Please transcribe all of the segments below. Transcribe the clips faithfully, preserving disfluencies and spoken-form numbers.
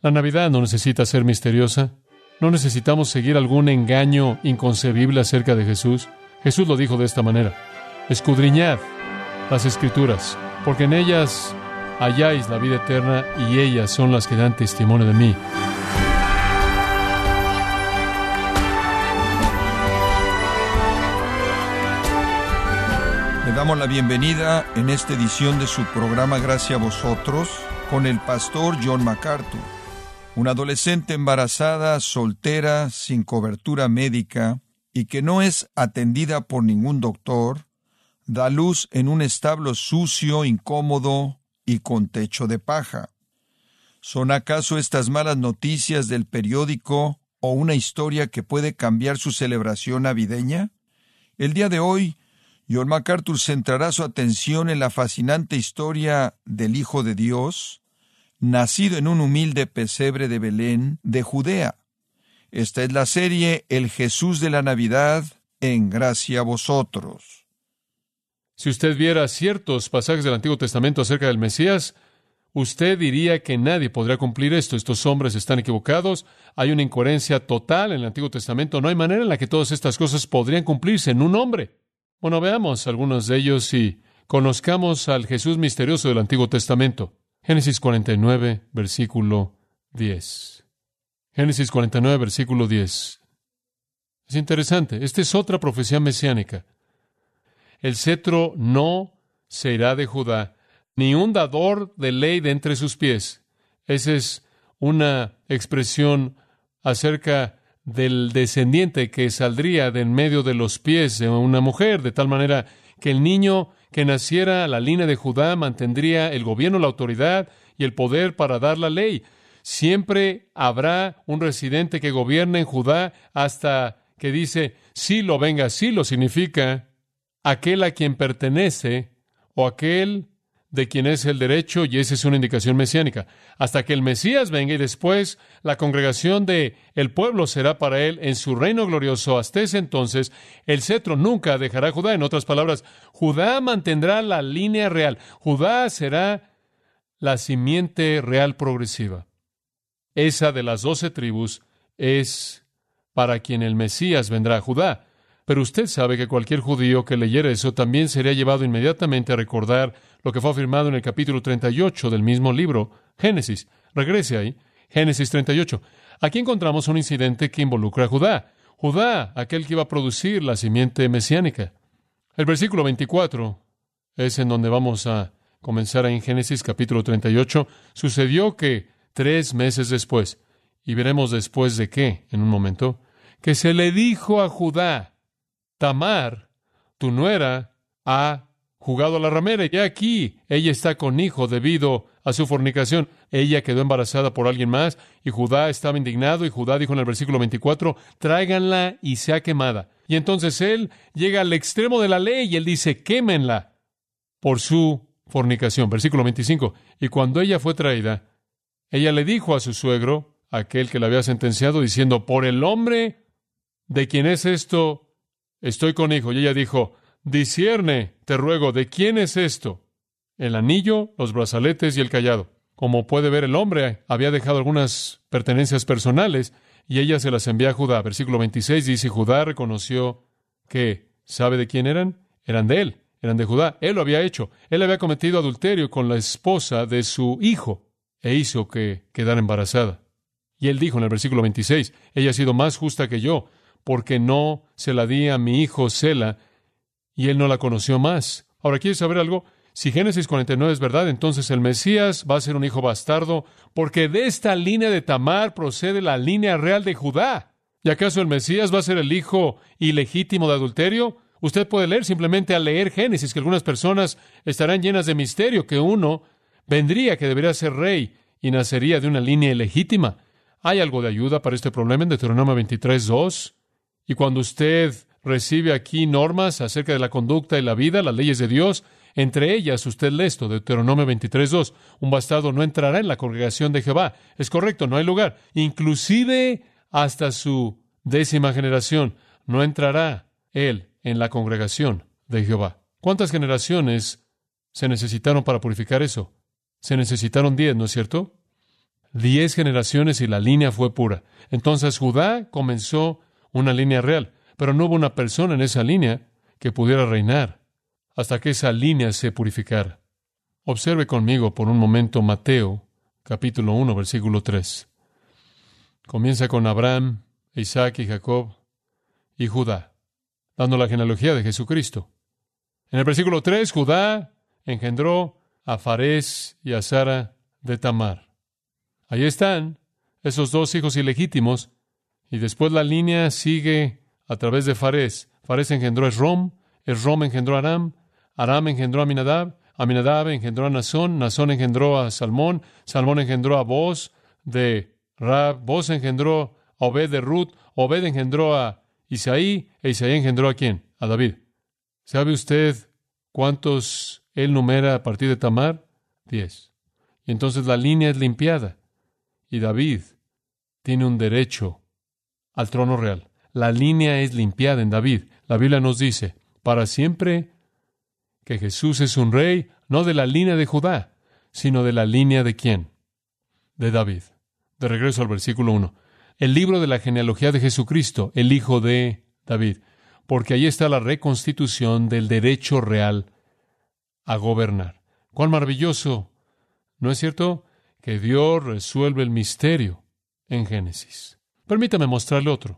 La Navidad no necesita ser misteriosa. No necesitamos seguir algún engaño inconcebible acerca de Jesús. Jesús lo dijo de esta manera: escudriñad las Escrituras, porque en ellas halláis la vida eterna y ellas son las que dan testimonio de mí. Le damos la bienvenida en esta edición de su programa Gracias a Vosotros con el pastor John MacArthur. Una adolescente embarazada, soltera, sin cobertura médica y que no es atendida por ningún doctor, da luz en un establo sucio, incómodo y con techo de paja. ¿Son acaso estas malas noticias del periódico o una historia que puede cambiar su celebración navideña? El día de hoy, John MacArthur centrará su atención en la fascinante historia del Hijo de Dios, nacido en un humilde pesebre de Belén, de Judea. Esta es la serie El Jesús de la Navidad, en Gracia a Vosotros. Si usted viera ciertos pasajes del Antiguo Testamento acerca del Mesías, usted diría que nadie podría cumplir esto. Estos hombres están equivocados. Hay una incoherencia total en el Antiguo Testamento. No hay manera en la que todas estas cosas podrían cumplirse en un hombre. Bueno, veamos algunos de ellos y conozcamos al Jesús misterioso del Antiguo Testamento. Génesis cuarenta y nueve, versículo diez. Génesis cuarenta y nueve, versículo diez. Es interesante. Esta es otra profecía mesiánica. El cetro no se irá de Judá, ni un dador de ley de entre sus pies. Esa es una expresión acerca del descendiente que saldría de en medio de los pies de una mujer, de tal manera que el niño que naciera a la línea de Judá mantendría el gobierno, la autoridad y el poder para dar la ley. Siempre habrá un residente que gobierne en Judá hasta que dice Silo, venga, Silo significa aquel a quien pertenece o aquel de quien es el derecho, y esa es una indicación mesiánica. Hasta que el Mesías venga y después la congregación de el pueblo será para él en su reino glorioso. Hasta ese entonces, el cetro nunca dejará a Judá. En otras palabras, Judá mantendrá la línea real. Judá será la simiente real progresiva. Esa de las doce tribus es para quien el Mesías vendrá a Judá. Pero usted sabe que cualquier judío que leyera eso también sería llevado inmediatamente a recordar lo que fue afirmado en el capítulo treinta y ocho del mismo libro, Génesis. Regrese ahí, Génesis treinta y ocho. Aquí encontramos un incidente que involucra a Judá. Judá, aquel que iba a producir la simiente mesiánica. El versículo veinticuatro es en donde vamos a comenzar en Génesis capítulo treinta y ocho. Sucedió que tres meses después, y veremos después de qué en un momento, que se le dijo a Judá: Tamar, tu nuera, ha jugado a la ramera, y aquí ella está con hijo debido a su fornicación. Ella quedó embarazada por alguien más, y Judá estaba indignado, y Judá dijo en el versículo veinticuatro, tráiganla y sea quemada. Y entonces él llega al extremo de la ley, y él dice, quémenla por su fornicación. Versículo veinticinco, y cuando ella fue traída, ella le dijo a su suegro, aquel que la había sentenciado, diciendo, por el hombre de quien es esto, estoy con hijo. Y ella dijo, discierne, te ruego, ¿de quién es esto? El anillo, los brazaletes y el cayado. Como puede ver, el hombre había dejado algunas pertenencias personales y ella se las envía a Judá. Versículo veintiséis dice, Judá reconoció que, ¿sabe de quién eran? Eran de él, eran de Judá. Él lo había hecho. Él había cometido adulterio con la esposa de su hijo e hizo que quedara embarazada. Y él dijo en el versículo veintiséis, ella ha sido más justa que yo, porque no se la di a mi hijo Sela, y él no la conoció más. Ahora, ¿quieres saber algo? Si Génesis cuarenta y nueve es verdad, entonces el Mesías va a ser un hijo bastardo, porque de esta línea de Tamar procede la línea real de Judá. ¿Y acaso el Mesías va a ser el hijo ilegítimo de adulterio? Usted puede leer simplemente al leer Génesis, que algunas personas estarán llenas de misterio, que uno vendría que debería ser rey y nacería de una línea ilegítima. ¿Hay algo de ayuda para este problema en Deuteronomio veintitrés dos? Y cuando usted recibe aquí normas acerca de la conducta y la vida, las leyes de Dios, entre ellas usted lee esto, Deuteronomio veintitrés dos, un bastardo no entrará en la congregación de Jehová. Es correcto, no hay lugar. Inclusive hasta su décima generación no entrará él en la congregación de Jehová. ¿Cuántas generaciones se necesitaron para purificar eso? Se necesitaron diez, ¿no es cierto? Diez generaciones y la línea fue pura. Entonces Judá comenzó una línea real, pero no hubo una persona en esa línea que pudiera reinar hasta que esa línea se purificara. Observe conmigo por un momento Mateo, capítulo uno, versículo tres. Comienza con Abraham, Isaac y Jacob y Judá, dando la genealogía de Jesucristo. En el versículo tres, Judá engendró a Farés y a Zara de Tamar. Ahí están esos dos hijos ilegítimos, y después la línea sigue a través de Farés. Farés engendró a Esrom, Esrom engendró a Aram, Aram engendró a Aminadab, Aminadab engendró a Nazón, Nazón engendró a Salmón, Salmón engendró a Boz de Rab, Boz engendró a Obed de Ruth, Obed engendró a Isaí, e Isaí engendró a ¿quién? A David. ¿Sabe usted cuántos él numera a partir de Tamar? Diez. Y entonces la línea es limpiada. Y David tiene un derecho al trono real. La línea es limpiada en David. La Biblia nos dice, para siempre, que Jesús es un rey, no de la línea de Judá, sino de la línea de ¿quién? De David. De regreso al versículo uno. El libro de la genealogía de Jesucristo, el hijo de David. Porque ahí está la reconstitución del derecho real a gobernar. ¡Cuán maravilloso! ¿No es cierto? Que Dios resuelve el misterio en Génesis. Permítame mostrarle otro.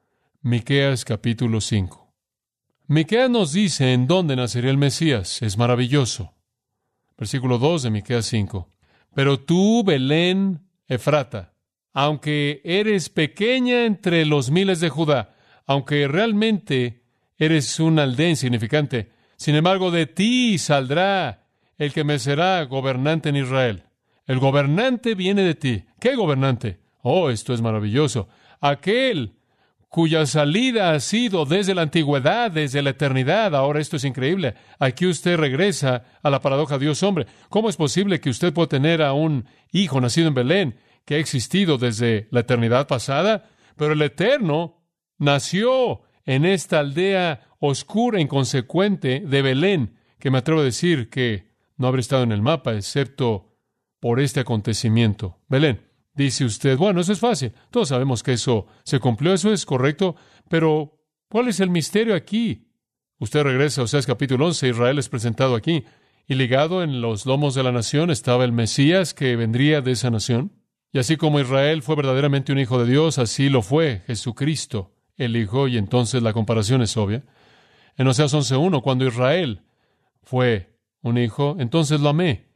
Miqueas capítulo cinco. Miqueas nos dice en dónde nacería el Mesías. Es maravilloso. Versículo dos de Miqueas cinco. Pero tú, Belén, Efrata, aunque eres pequeña entre los miles de Judá, aunque realmente eres una aldea insignificante, sin embargo de ti saldrá el que me será gobernante en Israel. El gobernante viene de ti. ¿Qué gobernante? Oh, esto es maravilloso. Aquel cuya salida ha sido desde la antigüedad, desde la eternidad. Ahora esto es increíble. Aquí usted regresa a la paradoja Dios-hombre. ¿Cómo es posible que usted pueda tener a un hijo nacido en Belén que ha existido desde la eternidad pasada? Pero el Eterno nació en esta aldea oscura e inconsecuente de Belén, que me atrevo a decir que no habrá estado en el mapa, excepto por este acontecimiento. Belén. Dice usted, bueno, eso es fácil. Todos sabemos que eso se cumplió, eso es correcto, pero ¿cuál es el misterio aquí? Usted regresa a Oseas capítulo once, Israel es presentado aquí, y ligado en los lomos de la nación estaba el Mesías que vendría de esa nación. Y así como Israel fue verdaderamente un hijo de Dios, así lo fue Jesucristo, el Hijo, y entonces la comparación es obvia. En Oseas once uno, cuando Israel fue un hijo, entonces lo amé,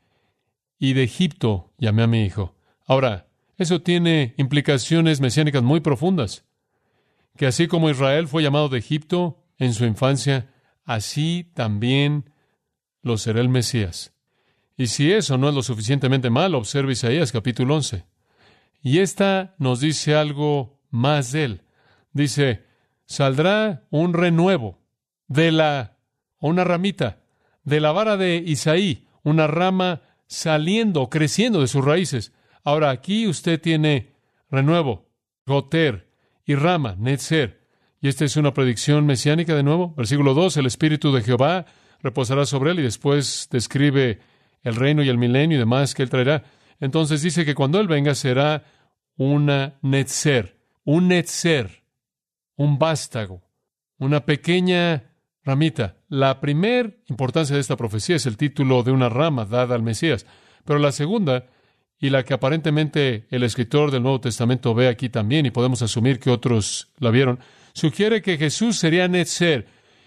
y de Egipto llamé a mi hijo. Ahora, eso tiene implicaciones mesiánicas muy profundas, que así como Israel fue llamado de Egipto en su infancia, así también lo será el Mesías. Y si eso no es lo suficientemente malo, observe Isaías capítulo once. Y esta nos dice algo más de él. Dice, saldrá un renuevo de la, una ramita, de la vara de Isaí, una rama saliendo, creciendo de sus raíces. Ahora, aquí usted tiene renuevo, goter y rama, netzer. Y esta es una predicción mesiánica de nuevo. Versículo dos, el Espíritu de Jehová reposará sobre él, y después describe el reino y el milenio y demás que él traerá. Entonces dice que cuando él venga será una netzer, un netzer, un vástago, una pequeña ramita. La primera importancia de esta profecía es el título de una rama dada al Mesías. Pero la segunda, y la que aparentemente el escritor del Nuevo Testamento ve aquí también, y podemos asumir que otros la vieron, sugiere que Jesús sería netzer,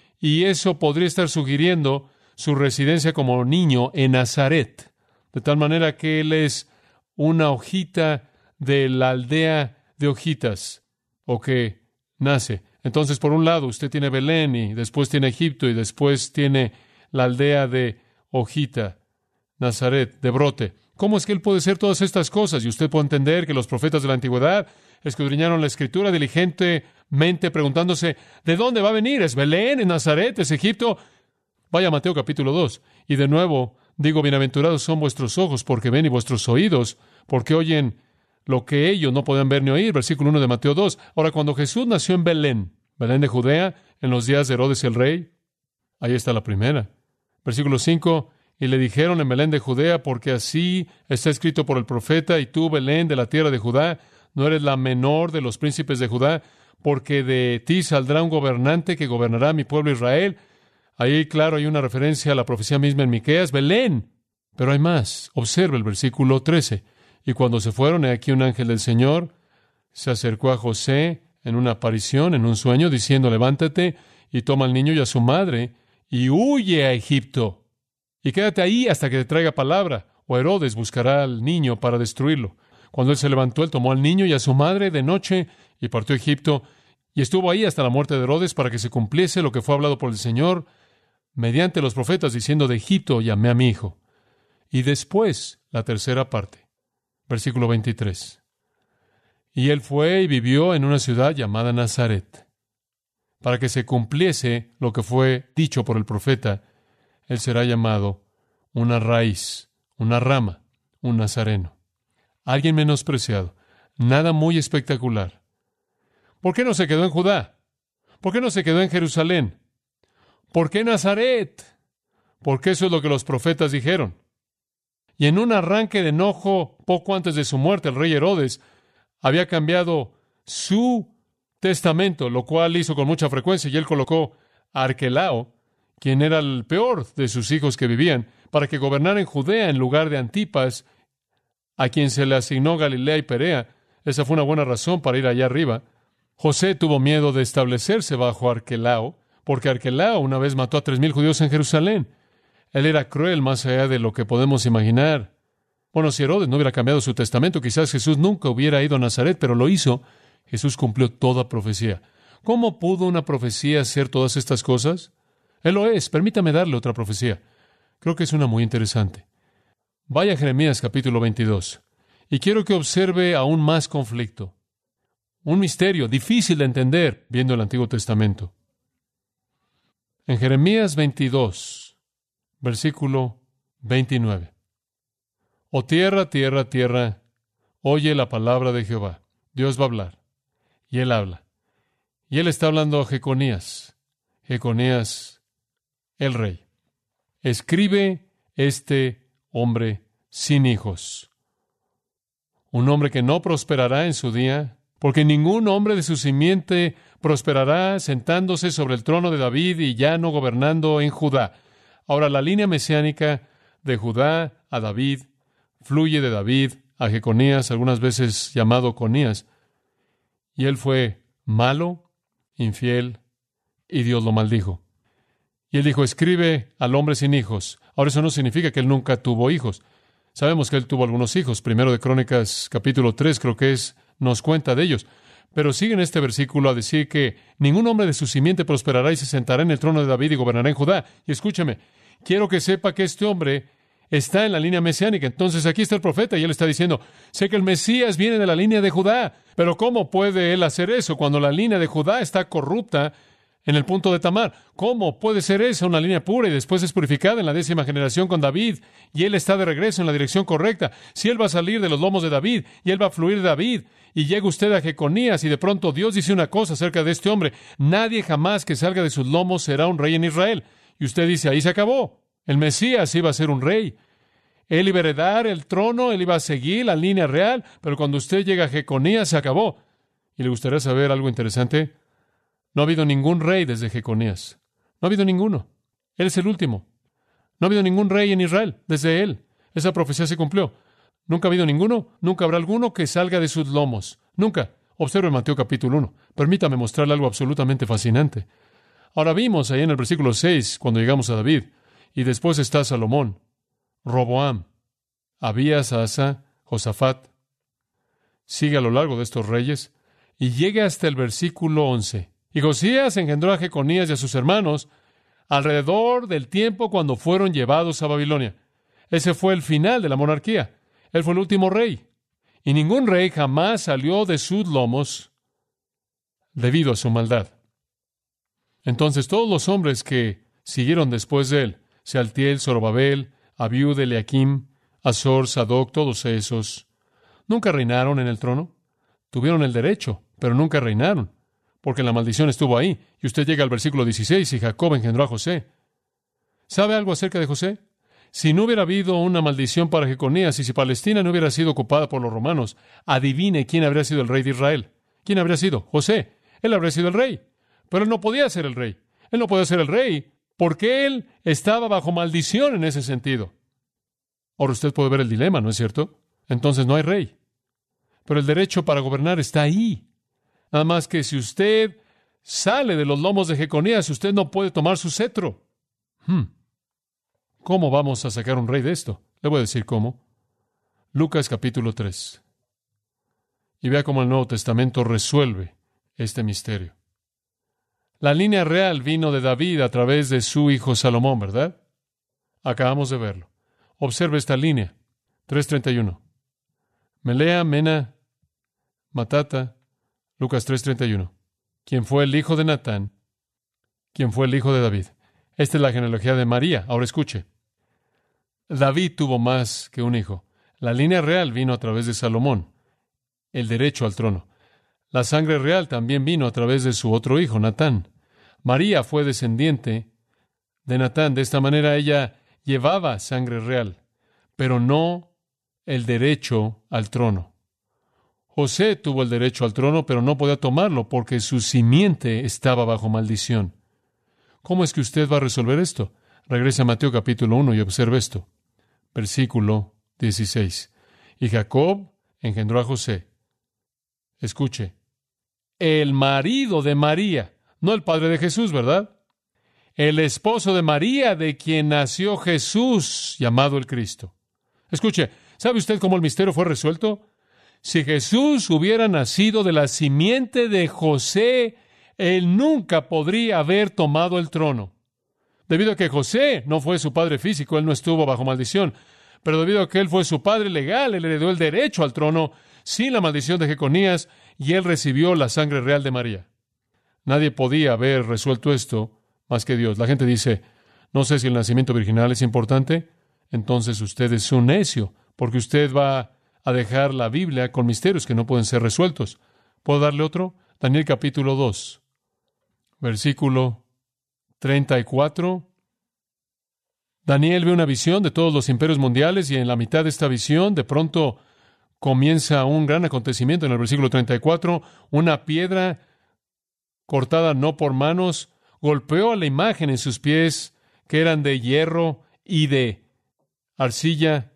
y eso podría estar sugiriendo su residencia como niño en Nazaret, de tal manera que él es una hojita de la aldea de hojitas, o que nace. Entonces, por un lado, usted tiene Belén, y después tiene Egipto, y después tiene la aldea de hojita, Nazaret, de brote. ¿Cómo es que él puede ser todas estas cosas? Y usted puede entender que los profetas de la antigüedad escudriñaron la Escritura diligentemente preguntándose, ¿de dónde va a venir? ¿Es Belén? ¿Es Nazaret? ¿Es Egipto? Vaya a Mateo capítulo dos. Y de nuevo, digo, bienaventurados son vuestros ojos porque ven y vuestros oídos porque oyen lo que ellos no podían ver ni oír. Versículo uno de Mateo dos. Ahora, cuando Jesús nació en Belén, Belén de Judea, en los días de Herodes el rey, ahí está la primera. Versículo cinco. Y le dijeron en Belén de Judea, porque así está escrito por el profeta, y tú, Belén, de la tierra de Judá, no eres la menor de los príncipes de Judá, porque de ti saldrá un gobernante que gobernará mi pueblo Israel. Ahí, claro, hay una referencia a la profecía misma en Miqueas, Belén. Pero hay más. Observa el versículo trece. Y cuando se fueron, he aquí un ángel del Señor se acercó a José en una aparición, en un sueño, diciendo, levántate y toma al niño y a su madre y huye a Egipto. Y quédate ahí hasta que te traiga palabra, o Herodes buscará al niño para destruirlo. Cuando él se levantó, él tomó al niño y a su madre de noche y partió a Egipto, y estuvo ahí hasta la muerte de Herodes para que se cumpliese lo que fue hablado por el Señor mediante los profetas, diciendo, de Egipto llamé a mi hijo. Y después, la tercera parte, versículo veintitrés. Y él fue y vivió en una ciudad llamada Nazaret, para que se cumpliese lo que fue dicho por el profeta. Él será llamado una raíz, una rama, un nazareno. Alguien menospreciado, nada muy espectacular. ¿Por qué no se quedó en Judá? ¿Por qué no se quedó en Jerusalén? ¿Por qué Nazaret? Porque eso es lo que los profetas dijeron. Y en un arranque de enojo, poco antes de su muerte, el rey Herodes había cambiado su testamento, lo cual hizo con mucha frecuencia, y él colocó a Arquelao, quien era el peor de sus hijos que vivían, para que gobernara en Judea en lugar de Antipas, a quien se le asignó Galilea y Perea. Esa fue una buena razón para ir allá arriba. José tuvo miedo de establecerse bajo Arquelao, porque Arquelao una vez mató a tres mil judíos en Jerusalén. Él era cruel más allá de lo que podemos imaginar. Bueno, si Herodes no hubiera cambiado su testamento, quizás Jesús nunca hubiera ido a Nazaret, pero lo hizo. Jesús cumplió toda profecía. ¿Cómo pudo una profecía hacer todas estas cosas? Él lo es. Permítame darle otra profecía. Creo que es una muy interesante. Vaya a Jeremías capítulo veintidós. Y quiero que observe aún más conflicto. Un misterio difícil de entender viendo el Antiguo Testamento. En Jeremías veintidós, versículo veintinueve. Oh tierra, tierra, tierra, oye la palabra de Jehová. Dios va a hablar. Y Él habla. Y Él está hablando a Jeconías. Jeconías, el rey. Escribe este hombre sin hijos. Un hombre que no prosperará en su día, porque ningún hombre de su simiente prosperará sentándose sobre el trono de David y ya no gobernando en Judá. Ahora, la línea mesiánica de Judá a David fluye de David a Jeconías, algunas veces llamado Conías, y él fue malo, infiel, y Dios lo maldijo. Y él dijo, escribe al hombre sin hijos. Ahora, eso no significa que él nunca tuvo hijos. Sabemos que él tuvo algunos hijos. Primero de Crónicas, capítulo tres, creo que es, nos cuenta de ellos. Pero sigue en este versículo a decir que ningún hombre de su simiente prosperará y se sentará en el trono de David y gobernará en Judá. Y escúcheme, quiero que sepa que este hombre está en la línea mesiánica. Entonces aquí está el profeta y él está diciendo, sé que el Mesías viene de la línea de Judá, pero ¿cómo puede él hacer eso cuando la línea de Judá está corrupta en el punto de Tamar? ¿Cómo puede ser esa una línea pura y después es purificada en la décima generación con David y él está de regreso en la dirección correcta? Si él va a salir de los lomos de David y él va a fluir de David y llega usted a Jeconías y de pronto Dios dice una cosa acerca de este hombre, nadie jamás que salga de sus lomos será un rey en Israel. Y usted dice, ahí se acabó. El Mesías iba a ser un rey. Él iba a heredar el trono, él iba a seguir la línea real, pero cuando usted llega a Jeconías se acabó. ¿Y le gustaría saber algo interesante? No ha habido ningún rey desde Jeconías. No ha habido ninguno. Él es el último. No ha habido ningún rey en Israel desde él. Esa profecía se cumplió. Nunca ha habido ninguno, nunca habrá alguno que salga de sus lomos. Nunca. Observe Mateo capítulo uno. Permítame mostrarle algo absolutamente fascinante. Ahora vimos ahí en el versículo seis, cuando llegamos a David, y después está Salomón, Roboam, Abías, Asa, Josafat. Sigue a lo largo de estos reyes y llega hasta el versículo once. Y Josías engendró a Jeconías y a sus hermanos alrededor del tiempo cuando fueron llevados a Babilonia. Ese fue el final de la monarquía. Él fue el último rey. Y ningún rey jamás salió de sus lomos debido a su maldad. Entonces todos los hombres que siguieron después de él, Sealtiel, Zorobabel, Abiud, Eliakim, Azor, Sadoc, todos esos, nunca reinaron en el trono. Tuvieron el derecho, pero nunca reinaron, porque la maldición estuvo ahí. Y usted llega al versículo dieciséis, y Jacob engendró a José. ¿Sabe algo acerca de José? Si no hubiera habido una maldición para Jeconías y si Palestina no hubiera sido ocupada por los romanos, adivine quién habría sido el rey de Israel. ¿Quién habría sido? José. Él habría sido el rey. Pero él no podía ser el rey. Él no podía ser el rey porque él estaba bajo maldición en ese sentido. Ahora usted puede ver el dilema, ¿no es cierto? Entonces no hay rey. Pero el derecho para gobernar está ahí. Nada más que si usted sale de los lomos de Jeconías, usted no puede tomar su cetro. Hmm. ¿Cómo vamos a sacar un rey de esto? Le voy a decir cómo. Lucas capítulo tres. Y vea cómo el Nuevo Testamento resuelve este misterio. La línea real vino de David a través de su hijo Salomón, ¿verdad? Acabamos de verlo. Observe esta línea. tres treinta y uno. Melea, Mena, Matata, Lucas tres treinta y uno. ¿Quién fue el hijo de Natán? ¿Quién fue el hijo de David? Esta es la genealogía de María. Ahora escuche. David tuvo más que un hijo. La línea real vino a través de Salomón, el derecho al trono. La sangre real también vino a través de su otro hijo, Natán. María fue descendiente de Natán. De esta manera ella llevaba sangre real, pero no el derecho al trono. José tuvo el derecho al trono, pero no podía tomarlo porque su simiente estaba bajo maldición. ¿Cómo es que usted va a resolver esto? Regrese a Mateo capítulo uno y observe esto. Versículo dieciséis. Y Jacob engendró a José. Escuche. El marido de María, no el padre de Jesús, ¿verdad? El esposo de María, de quien nació Jesús, llamado el Cristo. Escuche, ¿sabe usted cómo el misterio fue resuelto? Si Jesús hubiera nacido de la simiente de José, él nunca podría haber tomado el trono. Debido a que José no fue su padre físico, él no estuvo bajo maldición, pero debido a que él fue su padre legal, él heredó el derecho al trono sin la maldición de Jeconías y él recibió la sangre real de María. Nadie podía haber resuelto esto más que Dios. La gente dice, no sé si el nacimiento virginal es importante. Entonces usted es un necio, porque usted va a dejar la Biblia con misterios que no pueden ser resueltos. ¿Puedo darle otro? Daniel capítulo dos, versículo treinta y cuatro. Daniel ve una visión de todos los imperios mundiales y en la mitad de esta visión de pronto comienza un gran acontecimiento en el versículo treinta y cuatro. Una piedra cortada no por manos golpeó a la imagen en sus pies, que eran de hierro y de arcilla,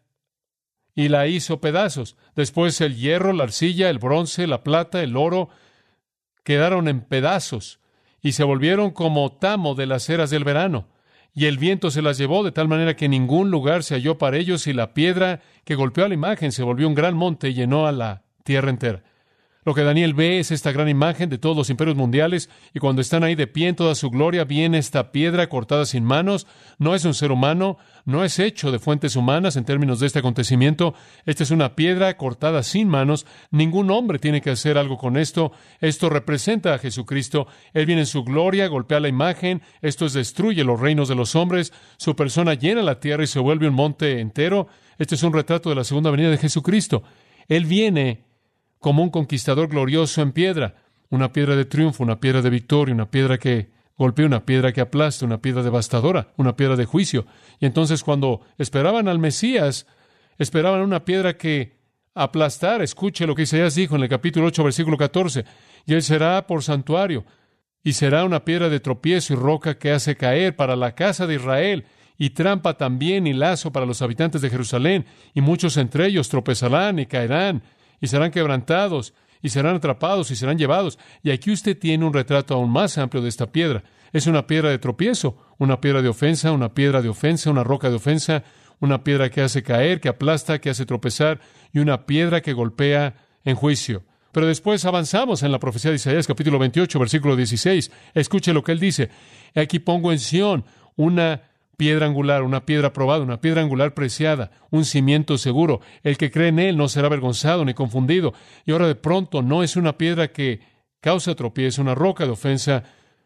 y la hizo pedazos. Después el hierro, la arcilla, el bronce, la plata, el oro, quedaron en pedazos y se volvieron como tamo de las eras del verano. Y el viento se las llevó de tal manera que ningún lugar se halló para ellos y la piedra que golpeó a la imagen se volvió un gran monte y llenó a la tierra entera. Lo que Daniel ve es esta gran imagen de todos los imperios mundiales y cuando están ahí de pie en toda su gloria, viene esta piedra cortada sin manos. No es un ser humano, no es hecho de fuentes humanas en términos de este acontecimiento. Esta es una piedra cortada sin manos. Ningún hombre tiene que hacer algo con esto. Esto representa a Jesucristo. Él viene en su gloria, golpea la imagen. Esto es, destruye los reinos de los hombres. Su persona llena la tierra y se vuelve un monte entero. Este es un retrato de la segunda venida de Jesucristo. Él viene como un conquistador glorioso en piedra, una piedra de triunfo, una piedra de victoria, una piedra que golpea, una piedra que aplasta, una piedra devastadora, una piedra de juicio. Y entonces cuando esperaban al Mesías, esperaban una piedra que aplastara. Escuche lo que Isaías dijo en el capítulo ocho, versículo catorce. Y él será por santuario, y será una piedra de tropiezo y roca que hace caer para la casa de Israel, y trampa también y lazo para los habitantes de Jerusalén, y muchos entre ellos tropezarán y caerán, y serán quebrantados, y serán atrapados, y serán llevados. Y aquí usted tiene un retrato aún más amplio de esta piedra. Es una piedra de tropiezo, una piedra de ofensa, una piedra de ofensa, una roca de ofensa, una piedra que hace caer, que aplasta, que hace tropezar, y una piedra que golpea en juicio. Pero después avanzamos en la profecía de Isaías, capítulo veintiocho, versículo dieciséis. Escuche lo que él dice. Aquí pongo en Sión una piedra angular, una piedra probada, una piedra angular preciada, un cimiento seguro. El que cree en él no será avergonzado ni confundido. Y ahora de pronto no es una piedra que causa tropiezo, una roca de ofensa,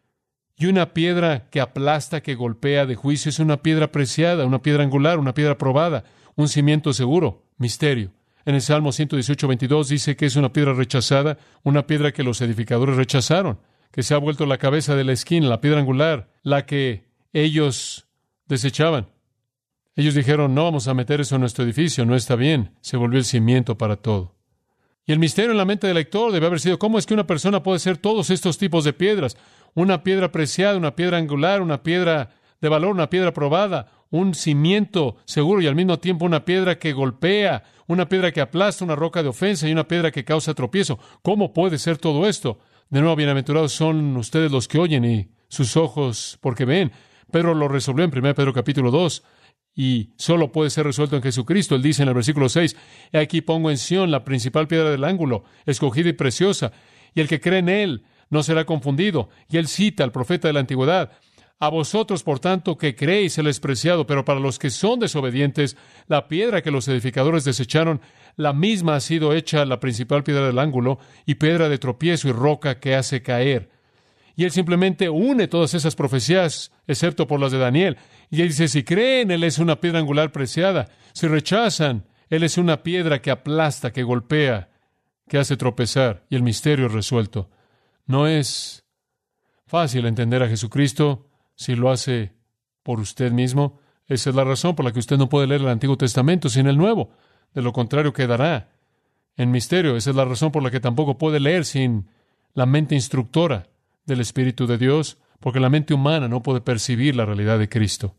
y una piedra que aplasta, que golpea de juicio. Es una piedra preciada, una piedra angular, una piedra probada, un cimiento seguro, misterio. En el Salmo ciento dieciocho, veintidós dice que es una piedra rechazada, una piedra que los edificadores rechazaron, que se ha vuelto la cabeza de la esquina, la piedra angular, la que ellos desechaban. Ellos dijeron, no vamos a meter eso en nuestro edificio, no está bien. Se volvió el cimiento para todo. Y el misterio en la mente del lector debe haber sido, ¿cómo es que una persona puede ser todos estos tipos de piedras? Una piedra preciada, una piedra angular, una piedra de valor, una piedra probada, un cimiento seguro y al mismo tiempo una piedra que golpea, una piedra que aplasta, una roca de ofensa y una piedra que causa tropiezo. ¿Cómo puede ser todo esto? De nuevo, bienaventurados son ustedes los que oyen y sus ojos porque ven. Pedro lo resolvió en primera Pedro capítulo dos y solo puede ser resuelto en Jesucristo. Él dice en el versículo seis, he aquí pongo en Sión la principal piedra del ángulo, escogida y preciosa, y el que cree en él no será confundido. Y él cita al profeta de la antigüedad. A vosotros, por tanto, que creéis el despreciado, pero para los que son desobedientes, la piedra que los edificadores desecharon, la misma ha sido hecha la principal piedra del ángulo, y piedra de tropiezo y roca que hace caer. Y él simplemente une todas esas profecías, excepto por las de Daniel. Y él dice, si creen, él es una piedra angular preciada. Si rechazan, él es una piedra que aplasta, que golpea, que hace tropezar. Y el misterio es resuelto. No es fácil entender a Jesucristo si lo hace por usted mismo. Esa es la razón por la que usted no puede leer el Antiguo Testamento sin el Nuevo. De lo contrario, quedará en misterio. Esa es la razón por la que tampoco puede leer sin la mente instructora del Espíritu de Dios, porque la mente humana no puede percibir la realidad de Cristo.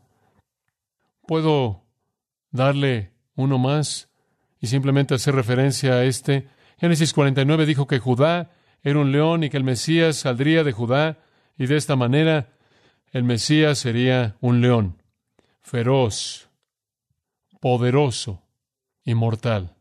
¿Puedo darle uno más y simplemente hacer referencia a este? Génesis cuarenta y nueve dijo que Judá era un león y que el Mesías saldría de Judá, y de esta manera el Mesías sería un león, feroz, poderoso, inmortal.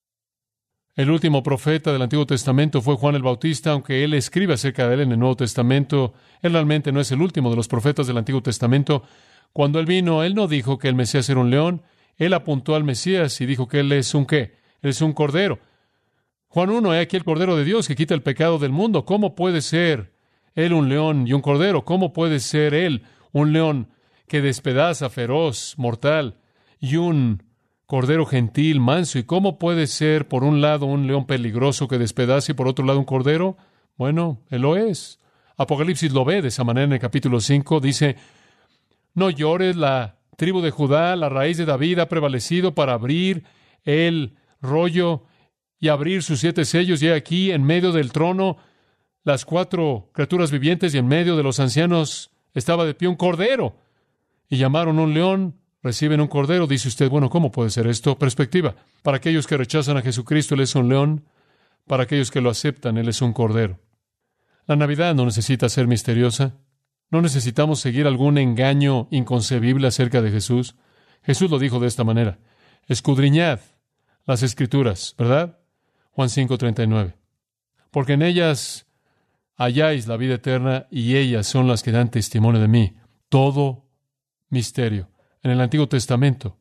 El último profeta del Antiguo Testamento fue Juan el Bautista, aunque él escribe acerca de él en el Nuevo Testamento. Él realmente no es el último de los profetas del Antiguo Testamento. Cuando él vino, él no dijo que el Mesías era un león. Él apuntó al Mesías y dijo que él es un ¿qué? Él es un cordero. Juan uno, he aquí el Cordero de Dios que quita el pecado del mundo. ¿Cómo puede ser él un león y un cordero? ¿Cómo puede ser él un león que despedaza, feroz, mortal, y un cordero gentil, manso? ¿Y cómo puede ser, por un lado, un león peligroso que despedaza y por otro lado un cordero? Bueno, él lo es. Apocalipsis lo ve de esa manera en el capítulo cinco. Dice, no llores, la tribu de Judá, la raíz de David, ha prevalecido para abrir el rollo y abrir sus siete sellos. Y aquí, en medio del trono, las cuatro criaturas vivientes, y en medio de los ancianos estaba de pie un cordero. Y llamaron un león, reciben un cordero. Dice usted, bueno, ¿cómo puede ser esto? Perspectiva. Para aquellos que rechazan a Jesucristo, Él es un león. Para aquellos que lo aceptan, Él es un cordero. La Navidad no necesita ser misteriosa. No necesitamos seguir algún engaño inconcebible acerca de Jesús. Jesús lo dijo de esta manera. Escudriñad las Escrituras, ¿verdad? Juan cinco, treinta y nueve. Porque en ellas halláis la vida eterna y ellas son las que dan testimonio de mí. Todo misterio en el Antiguo Testamento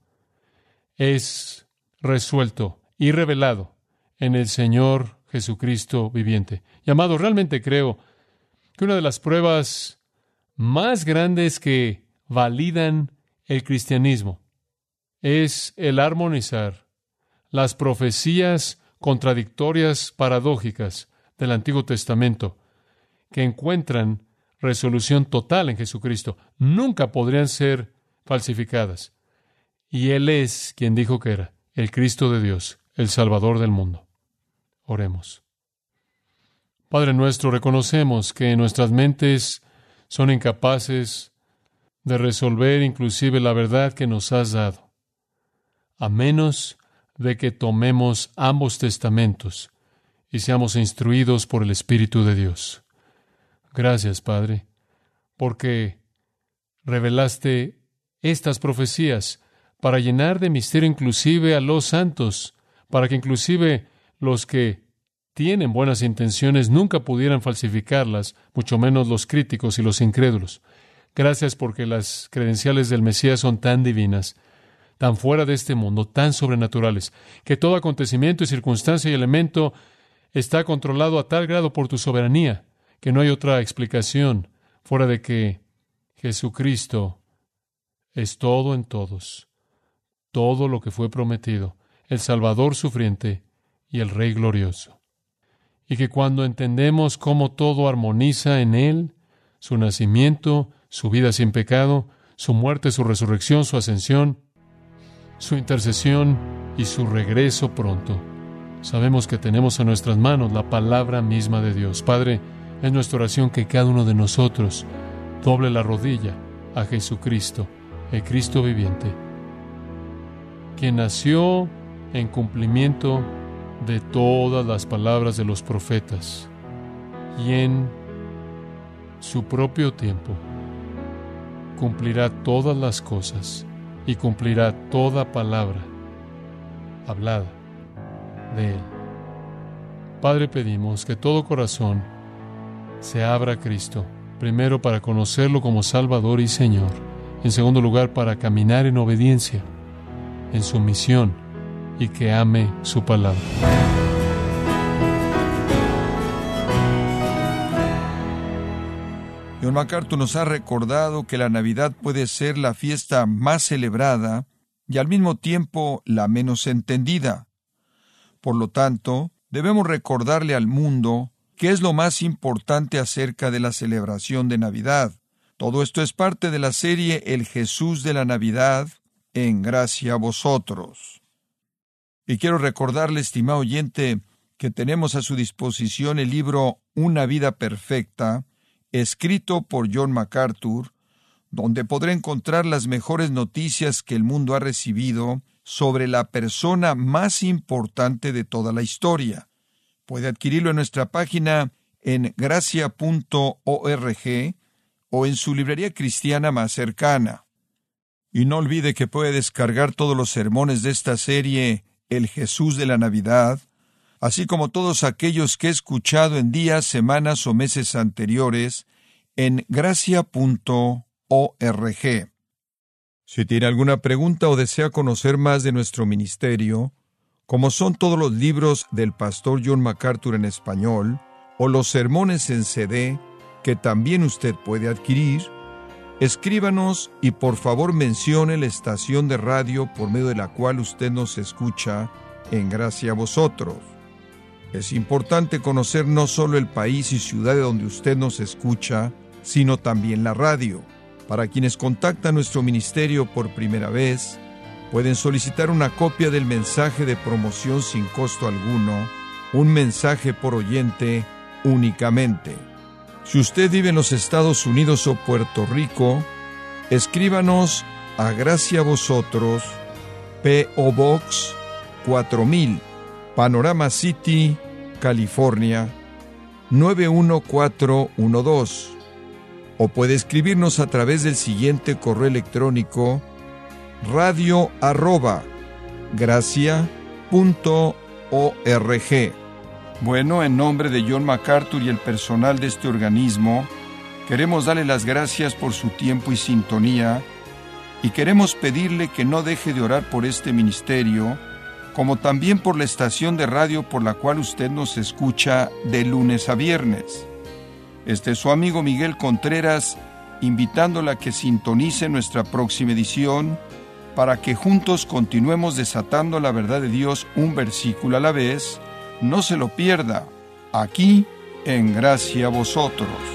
es resuelto y revelado en el Señor Jesucristo viviente. Y amado, realmente creo que una de las pruebas más grandes que validan el cristianismo es el armonizar las profecías contradictorias, paradójicas del Antiguo Testamento, que encuentran resolución total en Jesucristo. Nunca podrían ser falsificadas. Y Él es quien dijo que era el Cristo de Dios, el Salvador del mundo. Oremos. Padre nuestro, reconocemos que nuestras mentes son incapaces de resolver inclusive la verdad que nos has dado, a menos de que tomemos ambos testamentos y seamos instruidos por el Espíritu de Dios. Gracias, Padre, porque revelaste estas profecías para llenar de misterio inclusive a los santos, para que inclusive los que tienen buenas intenciones nunca pudieran falsificarlas, mucho menos los críticos y los incrédulos. Gracias porque las credenciales del Mesías son tan divinas, tan fuera de este mundo, tan sobrenaturales, que todo acontecimiento y circunstancia y elemento está controlado a tal grado por tu soberanía, que no hay otra explicación fuera de que Jesucristo es todo en todos, todo lo que fue prometido, el Salvador sufriente y el Rey glorioso. Y que cuando entendemos cómo todo armoniza en Él, su nacimiento, su vida sin pecado, su muerte, su resurrección, su ascensión, su intercesión y su regreso pronto. Sabemos que tenemos en nuestras manos la palabra misma de Dios. Padre, es nuestra oración que cada uno de nosotros doble la rodilla a Jesucristo, el Cristo viviente, quien nació en cumplimiento de todas las palabras de los profetas y en su propio tiempo cumplirá todas las cosas y cumplirá toda palabra hablada de Él. Padre, pedimos que todo corazón se abra a Cristo, primero para conocerlo como Salvador y Señor, en segundo lugar para caminar en obediencia, en sumisión, y que ame su palabra. John MacArthur nos ha recordado que la Navidad puede ser la fiesta más celebrada y al mismo tiempo la menos entendida. Por lo tanto, debemos recordarle al mundo qué es lo más importante acerca de la celebración de Navidad. Todo esto es parte de la serie El Jesús de la Navidad, en gracia a vosotros. Y quiero recordarle, estimado oyente, que tenemos a su disposición el libro Una vida perfecta, escrito por John MacArthur, donde podrá encontrar las mejores noticias que el mundo ha recibido sobre la persona más importante de toda la historia. Puede adquirirlo en nuestra página en gracia punto org o en su librería cristiana más cercana. Y no olvide que puede descargar todos los sermones de esta serie El Jesús de la Navidad, así como todos aquellos que he escuchado en días, semanas o meses anteriores, en gracia punto org. Si tiene alguna pregunta o desea conocer más de nuestro ministerio, como son todos los libros del pastor John MacArthur en español, o los sermones en C D, que también usted puede adquirir, escríbanos y por favor mencione la estación de radio por medio de la cual usted nos escucha en gracia a vosotros. Es importante conocer no solo el país y ciudad de donde usted nos escucha, sino también la radio. Para quienes contactan nuestro ministerio por primera vez, pueden solicitar una copia del mensaje de promoción sin costo alguno, un mensaje por oyente únicamente. Si usted vive en los Estados Unidos o Puerto Rico, escríbanos a Gracia a Vosotros, P O Box cuatro mil, Panorama City, California, nueve uno cuatro uno dos. O puede escribirnos a través del siguiente correo electrónico: radio arroba gracia punto org. Bueno, en nombre de John MacArthur y el personal de este organismo, queremos darle las gracias por su tiempo y sintonía, y queremos pedirle que no deje de orar por este ministerio, como también por la estación de radio por la cual usted nos escucha de lunes a viernes. Este es su amigo Miguel Contreras, invitándola a que sintonice nuestra próxima edición, para que juntos continuemos desatando la verdad de Dios un versículo a la vez. No se lo pierda, aquí en Gracia a Vosotros.